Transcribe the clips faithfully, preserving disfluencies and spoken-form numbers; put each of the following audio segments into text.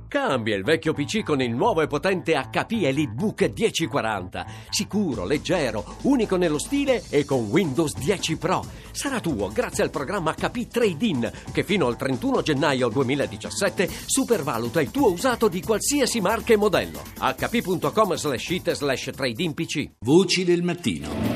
Cambia il vecchio P C con il nuovo e potente H P EliteBook millequaranta. Sicuro, leggero, unico nello stile e con Windows dieci Pro. Sarà tuo grazie al programma H P Trade-in che fino al trentuno gennaio duemiladiciassette supervaluta il tuo usato di qualsiasi marca e modello. hp.com slash it slash trade-in pc. Voci del mattino.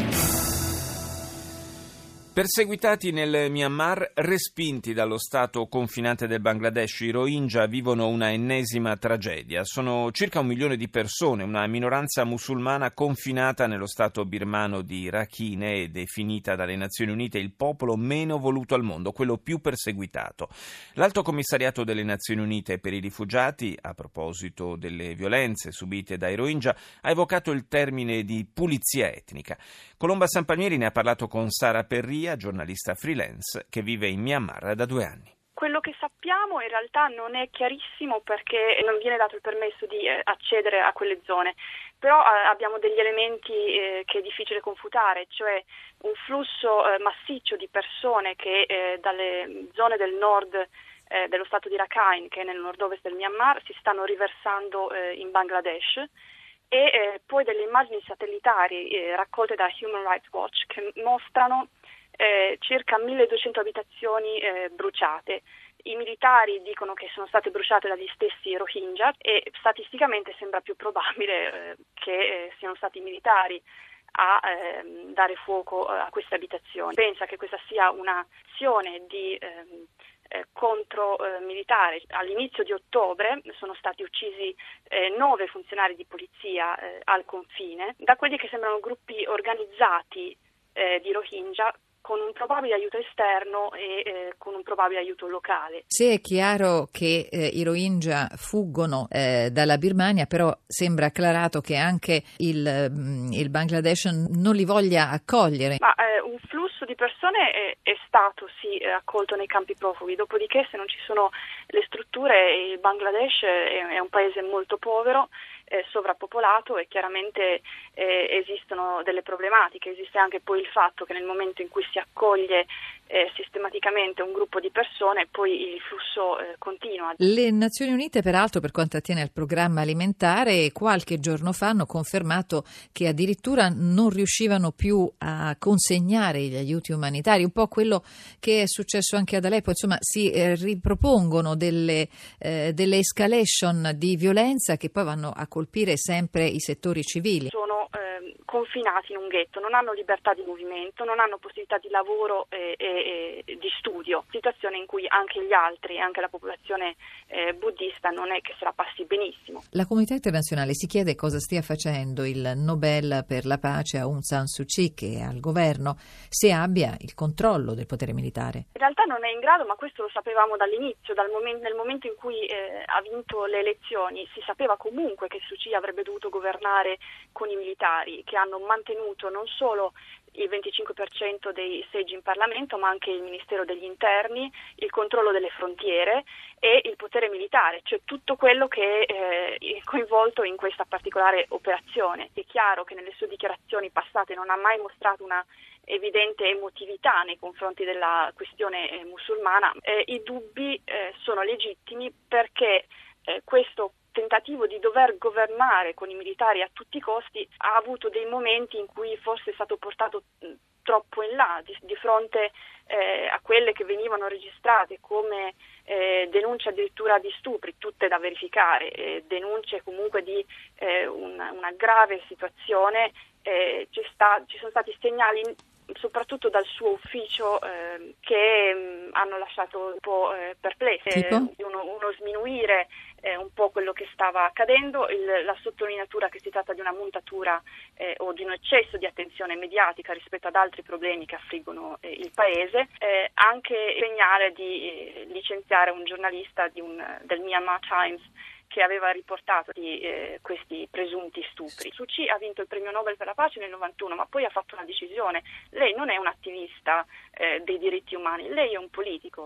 Perseguitati nel Myanmar, respinti dallo stato confinante del Bangladesh, i Rohingya vivono una ennesima tragedia. Sono circa un milione di persone, una minoranza musulmana confinata nello stato birmano di Rakhine e definita dalle Nazioni Unite il popolo meno voluto al mondo, quello più perseguitato. L'Alto Commissariato delle Nazioni Unite per i rifugiati, a proposito delle violenze subite dai Rohingya, ha evocato il termine di pulizia etnica. Colomba Sampanieri ne ha parlato con Sara Perria, giornalista freelance che vive in Myanmar da due anni. Quello che sappiamo in realtà non è chiarissimo perché non viene dato il permesso di eh, accedere a quelle zone, però eh, abbiamo degli elementi eh, che è difficile confutare, cioè un flusso eh, massiccio di persone che eh, dalle zone del nord eh, dello stato di Rakhine, che è nel nord-ovest del Myanmar, si stanno riversando eh, in Bangladesh. E eh, poi delle immagini satellitari eh, raccolte da Human Rights Watch che mostrano eh, circa milleduecento abitazioni eh, bruciate. I militari dicono che sono state bruciate dagli stessi Rohingya e statisticamente sembra più probabile eh, che eh, siano stati i militari a eh, dare fuoco a queste abitazioni. Pensa che questa sia un'azione di eh, Eh, contro eh, militare. All'inizio di ottobre sono stati uccisi eh, nove funzionari di polizia eh, al confine da quelli che sembrano gruppi organizzati eh, di Rohingya con un probabile aiuto esterno e eh, con un probabile aiuto locale. Se è chiaro che eh, i Rohingya fuggono eh, dalla Birmania, però sembra acclarato che anche il, il Bangladesh non li voglia accogliere. Ma eh, un flusso di persone è, è stato sì accolto nei campi profughi, dopodiché se non ci sono le strutture il Bangladesh è, è un paese molto povero, eh, sovrappopolato e chiaramente eh, esistono delle problematiche. Esiste anche poi il fatto che nel momento in cui si accoglie eh, sistematicamente un gruppo di persone poi il flusso eh, continua. Le Nazioni Unite peraltro per quanto attiene al programma alimentare qualche giorno fa hanno confermato che addirittura non riuscivano più a consegnare gli aiuti umanitari, un po' quello che è successo anche ad Aleppo, insomma si eh, ripropongono delle, eh, delle escalation di violenza che poi vanno a colpire sempre i settori civili. Sono eh, confinati in un ghetto, non hanno libertà di movimento, non hanno possibilità di lavoro e, e, e di studio, situazione in cui anche gli altri, anche la popolazione eh, buddista non è che se la passi benissimo. La comunità internazionale si chiede cosa stia facendo il Nobel per la pace a Aung San Suu Kyi, che è al governo, se abbia il controllo del potere militare. In realtà non è in grado, ma questo lo sapevamo dall'inizio, dal momento, nel momento in cui eh, ha vinto le elezioni, si sapeva comunque che Suu Kyi avrebbe dovuto governare con i militari, che hanno mantenuto non solo il venticinque per cento dei seggi in Parlamento, ma anche il Ministero degli Interni, il controllo delle frontiere e il potere militare, cioè tutto quello che eh, è coinvolto in questa particolare operazione. È chiaro che nelle sue dichiarazioni passate non ha mai mostrato una evidente emotività nei confronti della questione eh, musulmana. Eh, I dubbi eh, sono legittimi perché eh, questo tentativo di dover governare con i militari a tutti i costi ha avuto dei momenti in cui forse è stato portato troppo in là di, di fronte eh, a quelle che venivano registrate come eh, denunce addirittura di stupri, tutte da verificare, eh, denunce comunque di eh, una, una grave situazione. Eh, ci, sta, ci sono stati segnali soprattutto dal suo ufficio eh, che mh, hanno lasciato un po' eh, perplessi, eh, uno, uno sminuire eh, un po' quello che stava accadendo, il, la sottolineatura che si tratta di una montatura eh, o di un eccesso di attenzione mediatica rispetto ad altri problemi che affliggono eh, il paese, eh, anche il segnale di eh, licenziare un giornalista di un, del Myanmar Times che aveva riportato di eh, questi presunti stupri. Suu Kyi ha vinto il premio Nobel per la pace nel novantuno, ma poi ha fatto una decisione. Lei non è un'attivista eh, dei diritti umani, lei è un politico.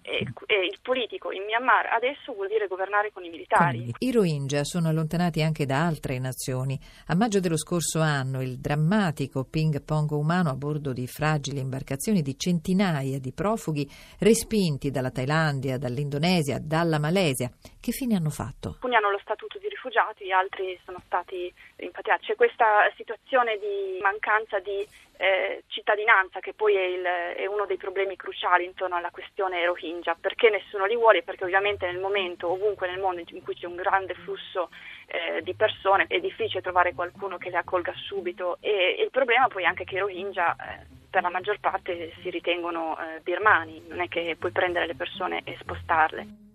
E, e il politico in Myanmar adesso vuol dire governare con i militari. I Rohingya sono allontanati anche da altre nazioni. A maggio dello scorso anno il drammatico ping pong umano a bordo di fragili imbarcazioni di centinaia di profughi respinti dalla Thailandia, dall'Indonesia, dalla Malesia. Che fine hanno fatto? Alcuni hanno lo statuto di rifugiati, altri sono stati rimpatriati. C'è questa situazione di mancanza di eh, cittadinanza che poi è, il, è uno dei problemi cruciali intorno alla questione Rohingya, perché nessuno li vuole, perché ovviamente nel momento, ovunque nel mondo in cui c'è un grande flusso eh, di persone è difficile trovare qualcuno che le accolga subito, e, e il problema poi è anche che i Rohingya eh, per la maggior parte si ritengono eh, birmani, non è che puoi prendere le persone e spostarle.